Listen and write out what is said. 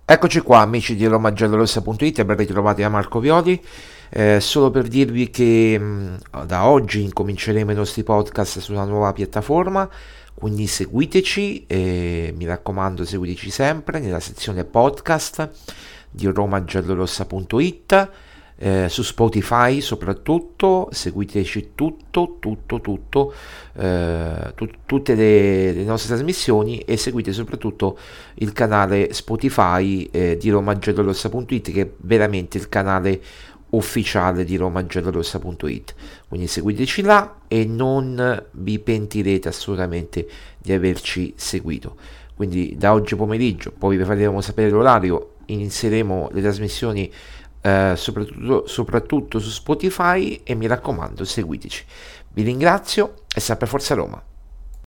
Eccoci qua amici di RomaGiallorossa.it, ben ritrovati da Marco Violi. Solo per dirvi che da oggi incominceremo i nostri podcast sulla nuova piattaforma, quindi seguiteci e mi raccomando seguiteci sempre nella sezione podcast di RomaGiallorossa.it, su Spotify soprattutto, seguiteci tutte le nostre trasmissioni e seguite soprattutto il canale Spotify di RomaGiallorossa.it, che è veramente il canale ufficiale di RomaGiallorossa.it. Quindi seguiteci là e non vi pentirete assolutamente di averci seguito. Quindi da oggi pomeriggio, poi vi faremo sapere l'orario, inizieremo le trasmissioni soprattutto su Spotify, e mi raccomando seguiteci. Vi ringrazio e sempre Forza Roma.